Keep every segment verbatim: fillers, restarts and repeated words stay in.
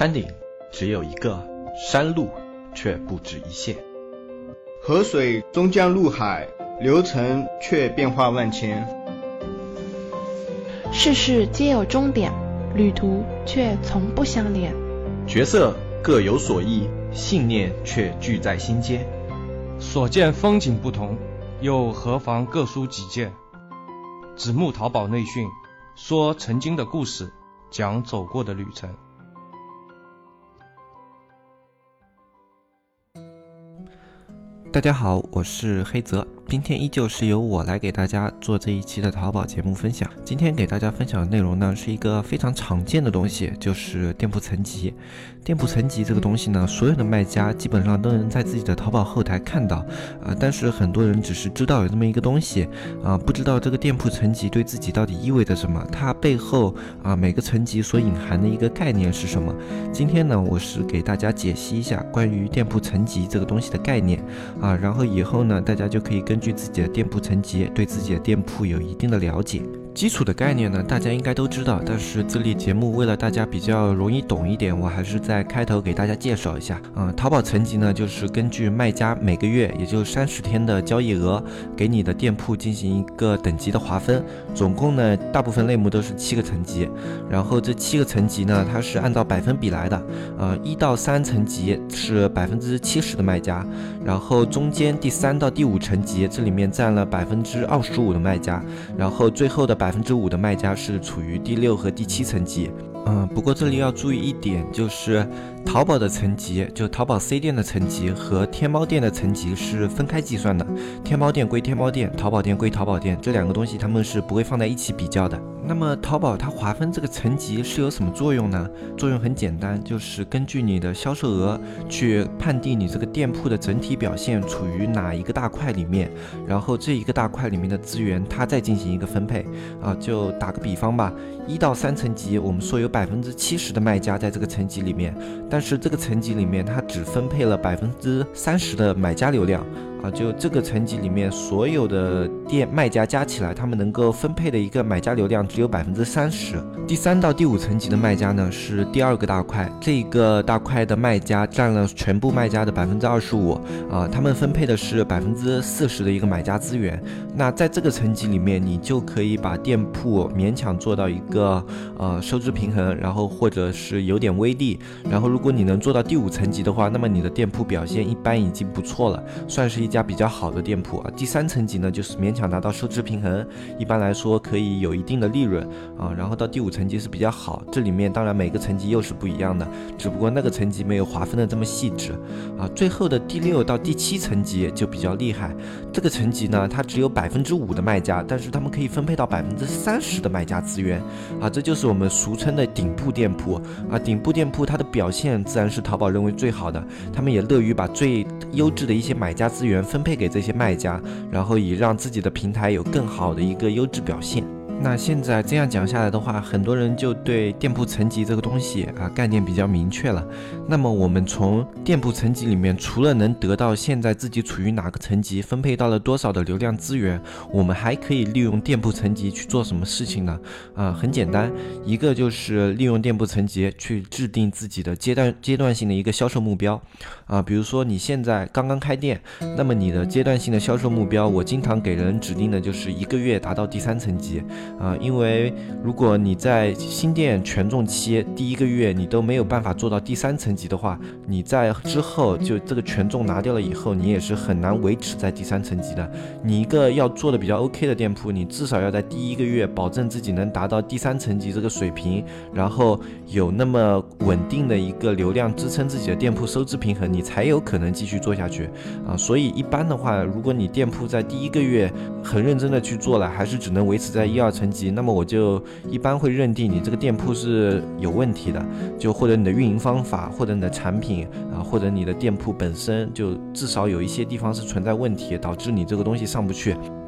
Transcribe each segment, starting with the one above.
山顶只有一个，山路却不止一线。 河水终将入海，流程却变化万千。 事事皆有终点，旅途却从不相连。 角色各有所异，信念却聚在心间。 所见风景不同，又何妨各抒己见。子木淘宝内训，说曾经的故事，讲走过的旅程。 大家好，我是黑泽，今天依旧是由我来给大家做这一期的淘宝节目分享。今天给大家分享的内容呢，是一个非常常见的东西，就是店铺层级。店铺层级这个东西呢，所有的卖家基本上都能在自己的淘宝后台看到，呃，但是很多人只是知道有这么一个东西，啊、呃，不知道这个店铺层级对自己到底意味着什么，它背后啊、呃、每个层级所隐含的一个概念是什么。今天呢，我是给大家解析一下关于店铺层级这个东西的概念。啊，然后以后呢，大家就可以根据自己的店铺层级，对自己的店铺有一定的了解。基础的概念呢，大家应该都知道，但是这类节目为了大家比较容易懂一点，我还是在开头给大家介绍一下。嗯，淘宝层级呢，就是根据卖家每个月，也就三十天的交易额，给你的店铺进行一个等级的划分。总共呢，大部分类目都是七个层级，然后这七个层级呢，它是按照百分比来的。呃，一到三层级是百分之七十的卖家，然后中间第三到第五层级，这里面占了百分之二十五的卖家，然后最后的百分之五的卖家是处于第六和第七层级。嗯，不过这里要注意一点，就是淘宝的层级，就淘宝 C 店的层级和天猫店的层级是分开计算的。天猫店归天猫店，淘宝店归淘宝店，这两个东西他们是不会放在一起比较的。那么淘宝它划分这个层级是有什么作用呢？作用很简单，就是根据你的销售额去判定你这个店铺的整体表现处于哪一个大块里面，然后这一个大块里面的资源它再进行一个分配。啊，就打个比方吧，一到三层级我们说有百分之七十的卖家在这个层级里面，但是这个层级里面它只分配了百分之三十的买家流量。啊，就这个层级里面所有的店卖家加起来，他们能够分配的一个买家流量只有百分之三十。第三到第五层级的卖家呢，是第二个大块，这个大块的卖家占了全部卖家的百分之二十五，啊，他们分配的是百分之四十的一个买家资源。那在这个层级里面，你就可以把店铺勉强做到一个呃收支平衡，然后或者是有点微利。然后如果你能做到第五层级的话，那么你的店铺表现一般已经不错了，算是一家比较好的店铺啊。第三层级呢，就是勉强达到收支平衡，一般来说可以有一定的利润啊。然后到第五层级是比较好，这里面当然每个层级又是不一样的，只不过那个层级没有划分的这么细致啊。最后的第六到第七层级就比较厉害，这个层级呢，它只有百分之五的卖家，但是他们可以分配到百分之三十的卖家资源啊。这就是我们俗称的顶部店铺啊。顶部店铺它的表现自然是淘宝认为最好的，他们也乐于把最优质的一些买家资源分配给这些卖家，然后以让自己的平台有更好的一个优质表现。那现在这样讲下来的话，很多人就对店铺层级这个东西啊概念比较明确了。那么我们从店铺层级里面，除了能得到现在自己处于哪个层级，分配到了多少的流量资源，我们还可以利用店铺层级去做什么事情呢？啊，很简单，一个就是利用店铺层级去制定自己的阶段阶段性的一个销售目标啊。比如说你现在刚刚开店，那么你的阶段性的销售目标，我经常给人指定的就是一个月达到第三层级。啊，因为如果你在新店权重期第一个月你都没有办法做到第三层级的话，你在之后就这个权重拿掉了以后，你也是很难维持在第三层级的。你一个要做的比较 OK 的店铺，你至少要在第一个月保证自己能达到第三层级这个水平，然后有那么稳定的一个流量支撑自己的店铺收支平衡，你才有可能继续做下去啊。所以一般的话，如果你店铺在第一个月很认真的去做了，还是只能维持在一二层级，那么我就一般会认定你这个店铺是有问题的，就或者你的运营方法，或者你的产品啊，或者你的店铺本身就至少有一些地方是存在问题，导致你这个东西上不去。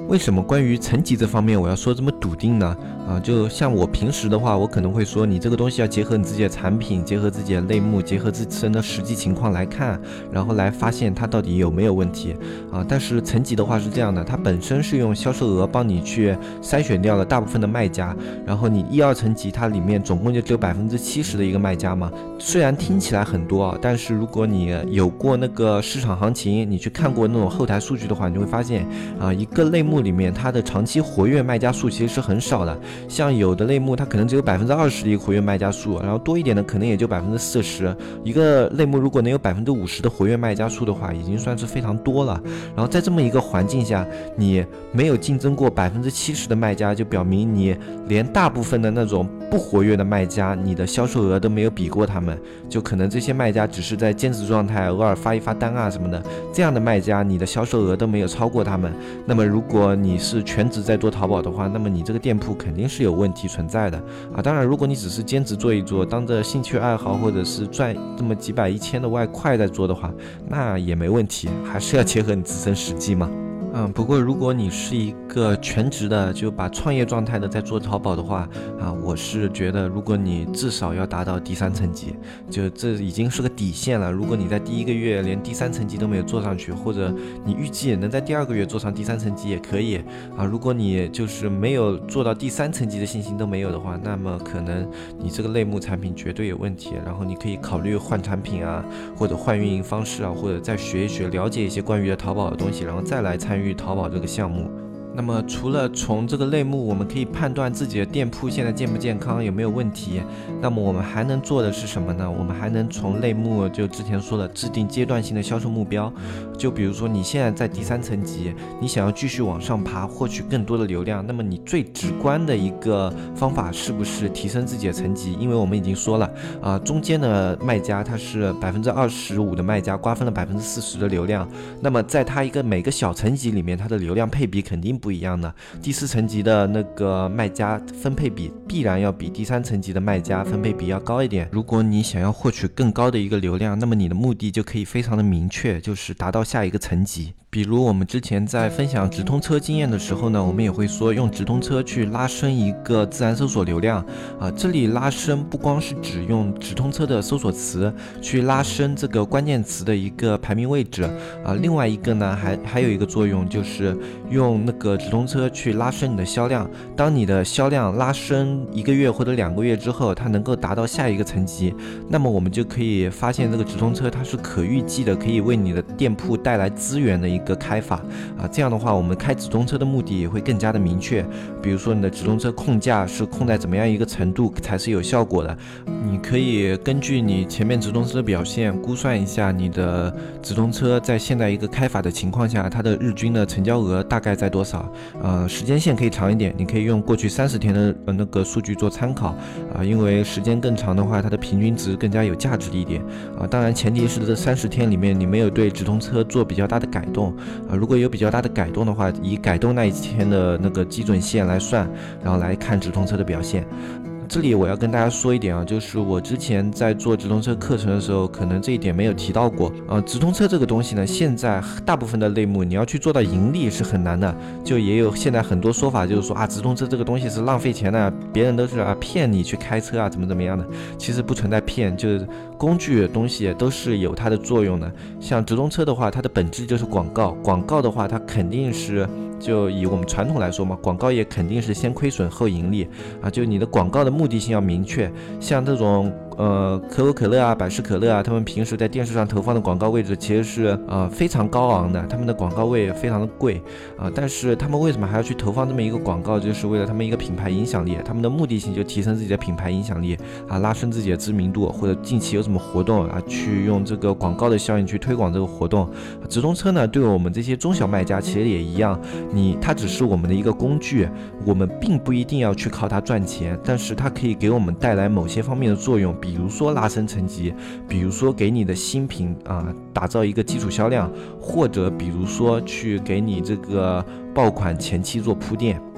为什么关于层级这方面我要说这么笃定呢？啊，就像我平时的话，我可能会说你这个东西要结合你自己的产品，结合自己的类目，结合自身的实际情况来看，然后来发现它到底有没有问题啊。但是层级的话是这样的，它本身是用销售额帮你去筛选掉了大部分的卖家，然后你一二层级它里面总共就只有百分之七十的一个卖家嘛。虽然听起来很多啊，但是如果你有过那个市场行情，你去看过那种后台数据的话，你就会发现啊，一个类目里面它的长期活跃卖家数其实是很少的。像有的类目它可能只有百分之二十的一个活跃卖家数，然后多一点的可能也就百分之四十。一个类目如果能有百分之五十的活跃卖家数的话，已经算是非常多了。然后在这么一个环境下，你没有竞争过百分之七十的卖家，就表明你连大部分的那种不活跃的卖家，你的销售额都没有比过他们。就可能这些卖家只是在兼职状态，偶尔发一发单啊什么的，这样的卖家你的销售额都没有超过他们。那么如果你是全职在做淘宝的话，那么你这个店铺肯定是有问题存在的啊。当然如果你只是兼职做一做，当着兴趣爱好或者是赚这么几百一千的外快在做的话，那也没问题，还是要结合你自身实际嘛。嗯，不过如果你是一个全职的，就把创业状态的在做淘宝的话啊，我是觉得如果你至少要达到第三层级，就这已经是个底线了。如果你在第一个月连第三层级都没有做上去，或者你预计能在第二个月做上第三层级也可以啊。如果你就是没有做到第三层级的信心都没有的话，那么可能你这个类目产品绝对有问题，然后你可以考虑换产品啊，或者换运营方式啊，或者再学一学，了解一些关于的淘宝的东西，然后再来参与淘宝这个项目。那么除了从这个类目我们可以判断自己的店铺现在健不健康，有没有问题，那么我们还能做的是什么呢？我们还能从类目就之前说了制定阶段性的销售目标。就比如说你现在在第三层级，你想要继续往上爬，获取更多的流量，那么你最直观的一个方法是不是提升自己的层级？因为我们已经说了啊、呃，中间的卖家他是百分之二十五的卖家瓜分了百分之四十的流量，那么在他一个每个小层级里面，他的流量配比肯定不一样的。第四层级的那个卖家分配比必然要比第三层级的卖家分配比要高一点。如果你想要获取更高的一个流量，那么你的目的就可以非常的明确，就是达到下一个层级。比如我们之前在分享直通车经验的时候呢，我们也会说用直通车去拉升一个自然搜索流量啊。这里拉升不光是指用直通车的搜索词去拉升这个关键词的一个排名位置啊，另外一个呢还还有一个作用，就是用那个直通车去拉升你的销量。当你的销量拉升一个月或者两个月之后，它能够达到下一个层级，那么我们就可以发现这个直通车它是可预计的，可以为你的店铺带来资源的一个开法啊。这样的话，我们开直通车的目的也会更加的明确。比如说你的直通车控价是控在怎么样一个程度才是有效果的，你可以根据你前面直通车的表现估算一下你的直通车在现在一个开法的情况下，它的日均的成交额大概在多少。呃，时间线可以长一点，你可以用过去三十天的、呃、那个数据做参考啊、呃，因为时间更长的话，它的平均值更加有价值一点啊、呃。当然，前提是这三十天里面你没有对直通车做比较大的改动啊、呃。如果有比较大的改动的话，以改动那一天的那个基准线来算，然后来看直通车的表现。这里我要跟大家说一点啊，就是我之前在做直通车课程的时候，可能这一点没有提到过啊。直通车这个东西呢，现在大部分的类目你要去做到盈利是很难的，就也有现在很多说法，就是说啊，直通车这个东西是浪费钱的，别人都是啊骗你去开车啊，怎么怎么样的。其实不存在骗，就是工具的东西都是有它的作用的。像直通车的话，它的本质就是广告，广告的话，它肯定是。就以我们传统来说嘛，广告业肯定是先亏损后盈利啊，就你的广告的目的性要明确。像这种呃可口可乐啊、百事可乐啊，他们平时在电视上投放的广告位置其实是呃非常高昂的，他们的广告位非常的贵啊，但是他们为什么还要去投放这么一个广告？就是为了他们一个品牌影响力，他们的目的性就提升自己的品牌影响力啊，拉升自己的知名度，或者近期有什么活动啊，去用这个广告的效应去推广这个活动。直通车呢，对我们这些中小卖家其实也一样。你它只是我们的一个工具，我们并不一定要去靠它赚钱，但是它可以给我们带来某些方面的作用，比如说拉升层级，比如说给你的新品啊打造一个基础销量，或者比如说去给你这个爆款前期做铺垫。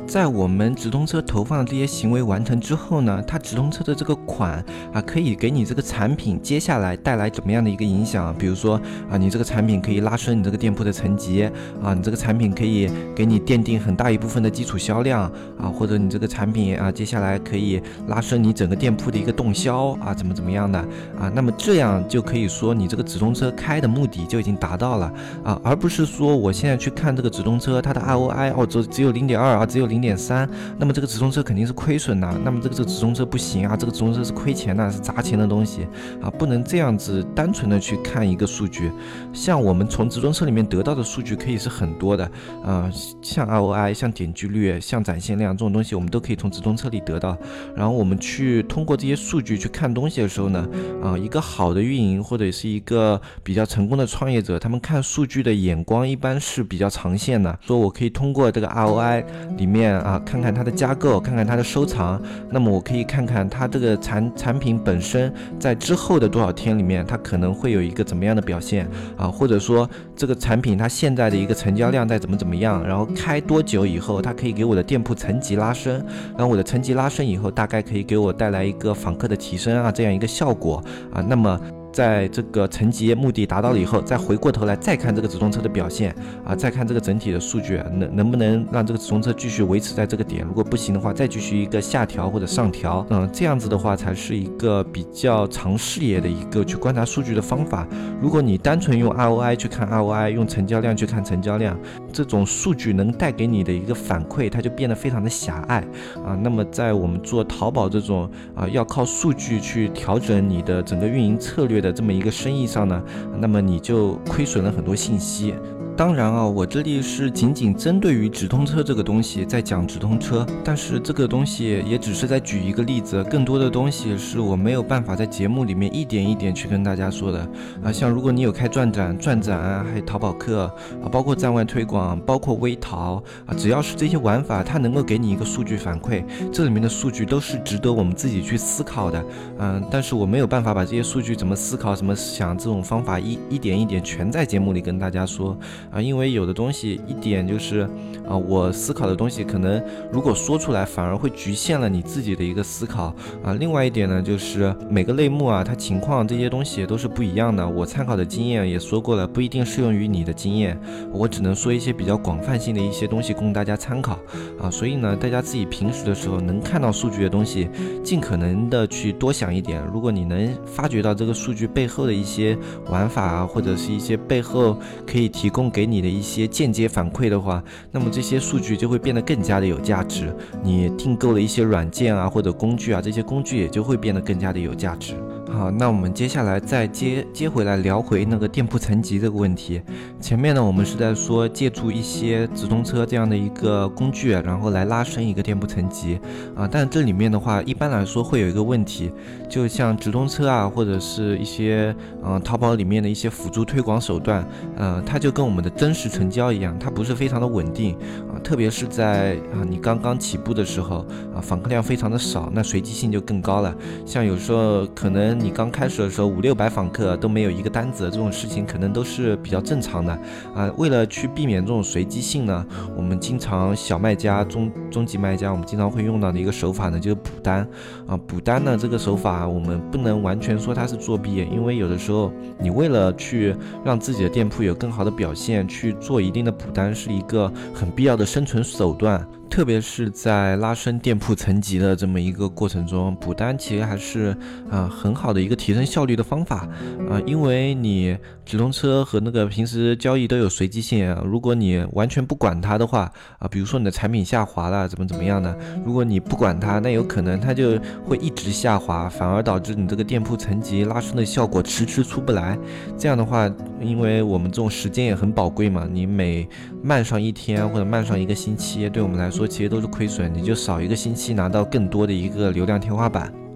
在我们直通车投放的这些行为完成之后呢，它直通车的这个款啊，可以给你这个产品接下来带来怎么样的一个影响？比如说啊，你这个产品可以拉升你这个店铺的层级啊，你这个产品可以给你奠定很大一部分的基础销量啊，或者你这个产品啊，接下来可以拉升你整个店铺的一个动销啊，怎么怎么样的啊？那么这样就可以说你这个直通车开的目的就已经达到了啊，而不是说我现在去看这个直通车它的 R O I 哦，只只有 零点二 啊，只有 零点三，那么这个直通车肯定是亏损的，那么这个这个直通车不行啊，这个直通车是亏钱的，是砸钱的东西啊，不能这样子单纯的去看一个数据。像我们从直通车里面得到的数据可以是很多的啊，像 R O I 像点击率像展现量这种东西我们都可以从直通车里得到，然后我们去通过这些数据去看东西的时候呢啊，一个好的运营或者是一个比较成功的创业者，他们看数据的眼光一般是比较长线的，说我可以通过这个 R O I 里面啊，看看它的加购，看看它的收藏，那么我可以看看它这个产产品本身在之后的多少天里面它可能会有一个怎么样的表现啊，或者说这个产品它现在的一个成交量在怎么怎么样，然后开多久以后它可以给我的店铺层级拉升，然后我的层级拉升以后大概可以给我带来一个访客的提升啊，这样一个效果啊，那么在这个层级目的达到了以后，再回过头来再看这个直通车的表现啊，再看这个整体的数据能能不能让这个直通车继续维持在这个点，如果不行的话再继续一个下调或者上调，嗯，这样子的话才是一个比较长视野的一个去观察数据的方法。如果你单纯用 R O I 去看 R O I， 用成交量去看成交量，这种数据能带给你的一个反馈它就变得非常的狭隘啊。那么在我们做淘宝这种啊要靠数据去调整你的整个运营策略的这么一个生意上呢，那么你就亏损了很多信息。当然啊，我这里是仅仅针对于直通车这个东西在讲直通车，但是这个东西也只是在举一个例子，更多的东西是我没有办法在节目里面一点一点去跟大家说的啊。像如果你有开转展、转展啊，还有淘宝客啊，包括站外推广，包括微淘啊，只要是这些玩法，它能够给你一个数据反馈，这里面的数据都是值得我们自己去思考的。嗯，但是我没有办法把这些数据怎么思考、怎么想这种方法一一点一点全在节目里跟大家说。啊，因为有的东西一点就是啊，我思考的东西可能如果说出来反而会局限了你自己的一个思考啊。另外一点呢，就是每个类目啊，它情况这些东西都是不一样的。我参考的经验也说过了，不一定适用于你的经验，我只能说一些比较广泛性的一些东西供大家参考啊。所以呢，大家自己平时的时候能看到数据的东西，尽可能的去多想一点。如果你能发掘到这个数据背后的一些玩法啊，或者是一些背后可以提供给你的一些间接反馈的话，那么这些数据就会变得更加的有价值。你订购了一些软件啊或者工具啊，这些工具也就会变得更加的有价值。好，那我们接下来再接接回来聊回那个店铺层级这个问题。前面呢，我们是在说借助一些直通车这样的一个工具，然后来拉升一个店铺层级啊。但是这里面的话，一般来说会有一个问题，就像直通车啊，或者是一些嗯、呃、淘宝里面的一些辅助推广手段，呃，它就跟我们的真实成交一样，它不是非常的稳定啊。特别是在啊你刚刚起步的时候啊，访客量非常的少，那随机性就更高了。像有时候可能你刚开始的时候五六百访客都没有一个单子，这种事情可能都是比较正常的啊。为了去避免这种随机性呢，我们经常小卖家、中中级卖家，我们经常会用到的一个手法呢，就是补单啊。补单呢这个手法，我们不能完全说它是作弊，因为有的时候你为了去让自己的店铺有更好的表现，去做一定的补单是一个很必要的生存手段。特别是在拉升店铺层级的这么一个过程中，补单其实还是啊、呃、很好的一个提升效率的方法啊、呃，因为你直通车和那个平时交易都有随机性、啊，如果你完全不管它的话啊、呃，比如说你的产品下滑了，怎么怎么样的，如果你不管它，那有可能它就会一直下滑，反而导致你这个店铺层级拉升的效果迟迟出不来。这样的话，因为我们这种时间也很宝贵嘛，你每慢上一天或者慢上一个星期，对我们来说其实都是亏损，你就少一个星期拿到更多的一个流量天花板。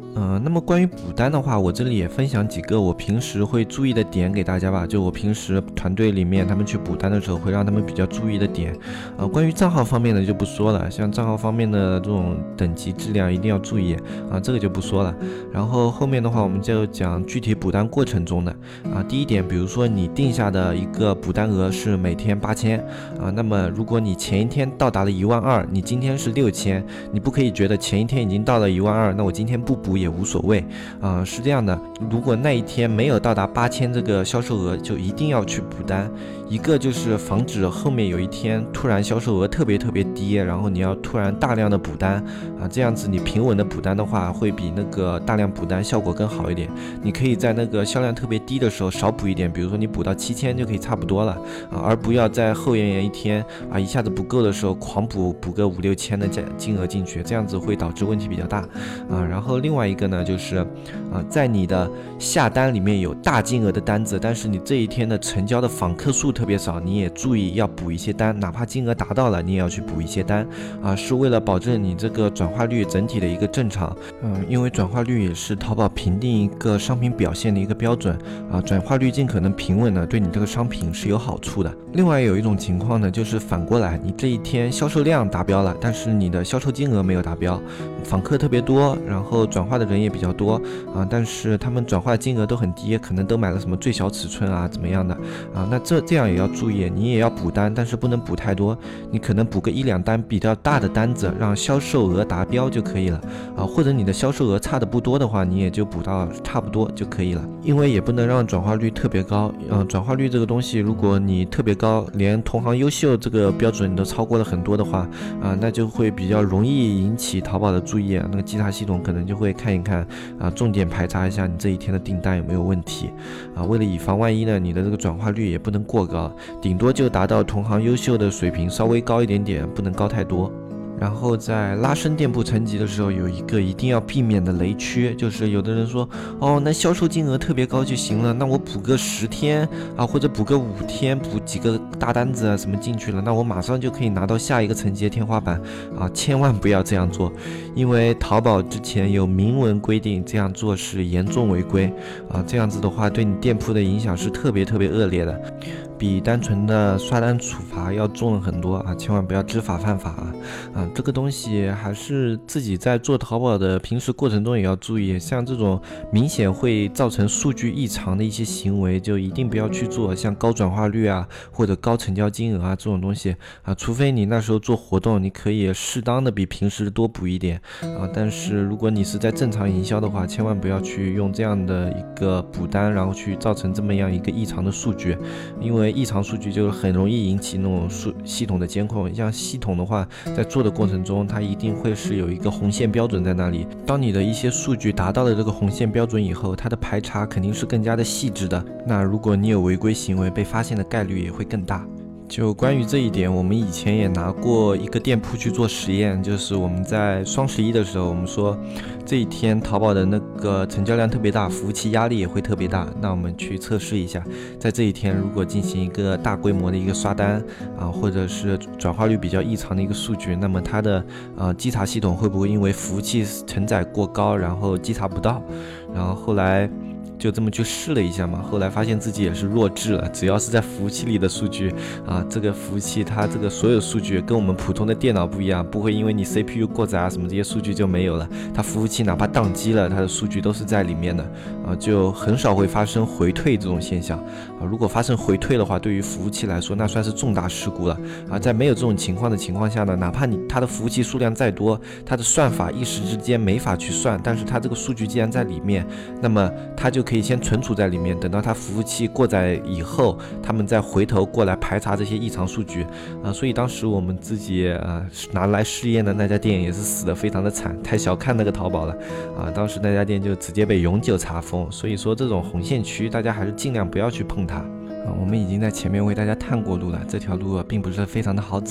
嗯、呃，那么关于补单的话，我这里也分享几个我平时会注意的点给大家吧。就我平时团队里面他们去补单的时候，会让他们比较注意的点。呃，关于账号方面的就不说了，像账号方面的这种等级质量一定要注意啊，这个就不说了。然后后面的话，我们就讲具体补单过程中的啊。第一点，比如说你定下的一个补单额是每天八千啊，那么如果你前一天到达了一万二，你今天是六千，你不可以觉得前一天已经到了一万二，那我今天不补也无所谓啊、呃，是这样的，如果那一天没有到达八千这个销售额，就一定要去补单。一个就是防止后面有一天突然销售额特别特别低，然后你要突然大量的补单啊，这样子你平稳的补单的话，会比那个大量补单效果更好一点。你可以在那个销量特别低的时候少补一点，比如说你补到七千就可以差不多了啊，而不要在后延延一天啊一下子不够的时候狂补补个五六千的金额进去，这样子会导致问题比较大啊。然后另外一个呢，就是啊，在你的下单里面有大金额的单子，但是你这一天的成交的访客数特别少，你也注意要补一些单，哪怕金额达到了，你也要去补一些单啊，是为了保证你这个转化率整体的一个正常。嗯，因为转化率也是淘宝评定一个商品表现的一个标准啊，转化率尽可能平稳的，对你这个商品是有好处的。另外有一种情况呢，就是反过来，你这一天销售量达标了，但是你的销售金额没有达标，访客特别多，然后转化的人也比较多啊，但是他们转化金额都很低，可能都买了什么最小尺寸啊怎么样的啊，那这这样也要注意，你也要补单，但是不能补太多，你可能补个一两单比较大的单子，让销售额达标就可以了啊，或者你的销售额差的不多的话，你也就补到差不多就可以了，因为也不能让转化率特别高，嗯、啊，转化率这个东西，如果你特别高，连同行优秀这个标准你都超过了很多的话啊，那就会比较容易引起淘宝的注意，那个稽查系统可能就会看一看啊，重点排查一下你这一天的订单有没有问题啊，为了以防万一呢，你的这个转化率也不能过高，顶多就达到同行优秀的水平，稍微高一点点，不能高太多。然后在拉升店铺层级的时候，有一个一定要避免的雷区，就是有的人说，哦，那销售金额特别高就行了，那我补个十天啊，或者补个五天，补几个大单子啊什么进去了，那我马上就可以拿到下一个层级的天花板啊！千万不要这样做，因为淘宝之前有明文规定，这样做是严重违规啊！这样子的话，对你店铺的影响是特别特别恶劣的，比单纯的刷单处罚要重了很多啊！千万不要知法犯法啊！啊，这个东西还是自己在做淘宝的平时过程中也要注意，像这种明显会造成数据异常的一些行为，就一定不要去做，像高转化率啊，或者高成交金额啊这种东西啊，除非你那时候做活动，你可以适当的比平时多补一点啊，但是如果你是在正常营销的话，千万不要去用这样的一个补单，然后去造成这么样一个异常的数据，因为异常数据就很容易引起那种数系统的监控，像系统的话，在做的过程中，它一定会是有一个红线标准在那里。当你的一些数据达到了这个红线标准以后，它的排查肯定是更加的细致的。那如果你有违规行为，被发现的概率也会更大。就关于这一点，我们以前也拿过一个店铺去做实验，就是我们在双十一的时候，我们说这一天淘宝的那个成交量特别大，服务器压力也会特别大，那我们去测试一下，在这一天如果进行一个大规模的一个刷单啊，或者是转化率比较异常的一个数据，那么它的呃稽查系统会不会因为服务器承载过高，然后稽查不到？然后后来就这么去试了一下嘛，后来发现自己也是弱智了，只要是在服务器里的数据啊，这个服务器它这个所有数据跟我们普通的电脑不一样，不会因为你 C P U 过载啊什么这些数据就没有了，它服务器哪怕宕机了，它的数据都是在里面的啊，就很少会发生回退这种现象啊。如果发生回退的话，对于服务器来说那算是重大事故了啊。在没有这种情况的情况下呢，哪怕你它的服务器数量再多，它的算法一时之间没法去算，但是它这个数据既然在里面，那么它就可以先存储在里面，等到它服务器过载以后，他们再回头过来排查这些异常数据啊。所以当时我们自己呃拿来试验的那家店也是死得非常的惨，太小看那个淘宝了啊。当时那家店就直接被永久查封，所以说这种红线区大家还是尽量不要去碰它啊。我们已经在前面为大家探过路了，这条路并不是非常的好走。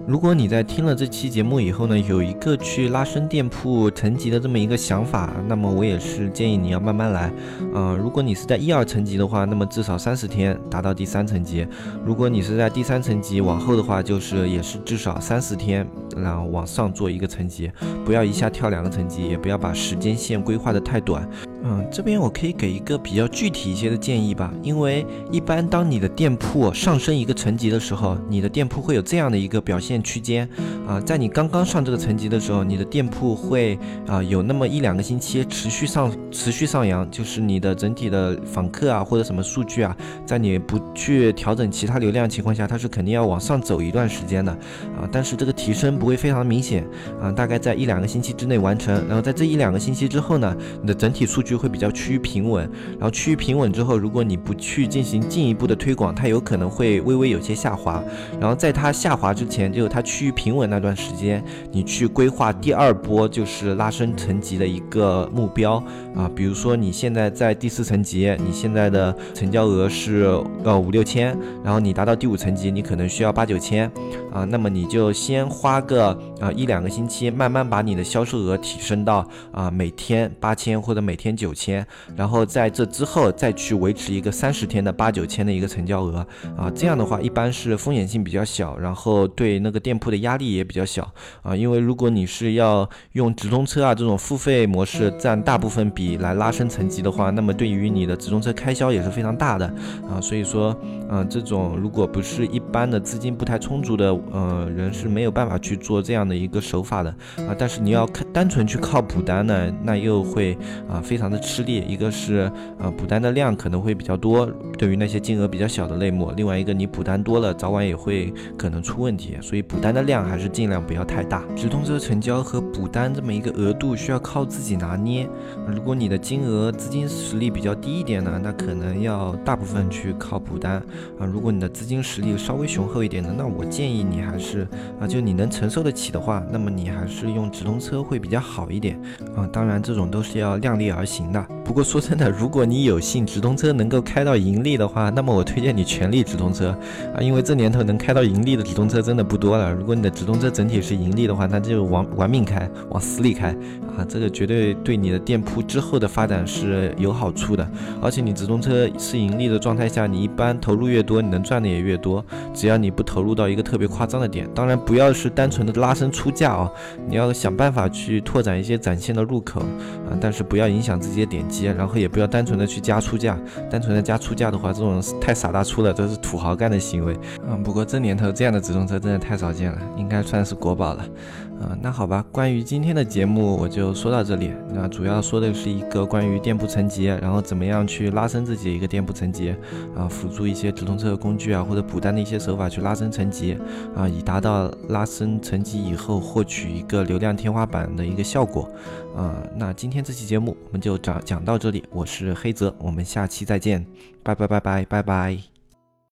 如果你在听了这期节目以后呢，有一个去拉升店铺层级的这么一个想法，那么我也是建议你要慢慢来。呃，如果你是在一二层级的话，那么至少三十天达到第三层级；如果你是在第三层级往后的话，就是也是至少三十天，然后往上做一个层级，不要一下跳两个层级，也不要把时间线规划的太短。嗯，这边我可以给一个比较具体一些的建议吧，因为一般当你的店铺上升一个层级的时候，你的店铺会有这样的一个表现区间啊，在你刚刚上这个层级的时候，你的店铺会啊有那么一两个星期持续上持续上扬，就是你的整体的访客啊或者什么数据啊，在你不去调整其他流量情况下，它是肯定要往上走一段时间的啊，但是这个提升不会非常明显啊，大概在一两个星期之内完成，然后在这一两个星期之后呢，你的整体数据会比较趋于平稳，然后趋于平稳之后，如果你不去进行进一步的推广，它有可能会微微有些下滑，然后在它下滑之前，就是它趋于平稳那段时间，你去规划第二波就是拉升层级的一个目标啊，比如说你现在在第四层级，你现在的成交额是呃五六千，然后你达到第五层级，你可能需要八九千啊，那么你就先花个啊一两个星期，慢慢把你的销售额提升到啊每天八千或者每天九千。然后在这之后再去维持一个三十天的八九千的一个成交额啊，这样的话一般是风险性比较小，然后对那个店铺的压力也比较小啊，因为如果你是要用直通车啊这种付费模式占大部分比来拉升层级的话，那么对于你的直通车开销也是非常大的啊，所以说嗯、呃，这种如果不是一般的资金不太充足的呃人是没有办法去做这样的一个手法的啊，但是你要看单纯去靠补单呢，那又会啊非常的吃力。一个是呃补单的量可能会比较多，对于那些金额比较小的类目，另外一个你补单多了早晚也会可能出问题，所以补单的量还是尽量不要太大。直通车成交和补单这么一个额度需要靠自己拿捏，如果你的金额资金实力比较低一点呢，那可能要大部分去靠补单啊，如果你的资金实力稍微雄厚一点的，那我建议你还是啊就你能承受得起的话，那么你还是用直通车会比较好一点啊，当然这种都是要量力而行的。不过说真的，如果你有幸直通车能够开到盈利的话，那么我推荐你全力直通车啊，因为这年头能开到盈利的直通车真的不多了。如果你的直通车整体是盈利的话，那就玩玩命开，往死里开啊，这个绝对对你的店铺之后的发展是有好处的。而且你直通车是盈利的状态下，你一般投入越多，你能赚的也越多，只要你不投入到一个特别夸张的点，当然不要是单纯的拉升出价哦，你要想办法去拓展一些展现的入口啊，但是不要影响自己的点击，然后也不要单纯的去加出价，单纯的加出价的话，这种太傻大粗了，这是土豪干的行为。嗯，不过这年头这样的直通车真的太少见了，应该算是国宝了。嗯，那好吧，关于今天的节目我就说到这里。那主要说的是一个关于店铺层级，然后怎么样去拉升自己一个店铺层级啊，辅助一些直通车的工具啊，或者补单的一些手法去拉升层级啊，以达到拉升层级以后获取一个流量天花板的一个效果啊。那今天这期节目我们就讲讲到这里，我是黑泽，我们下期再见，拜拜拜拜拜拜。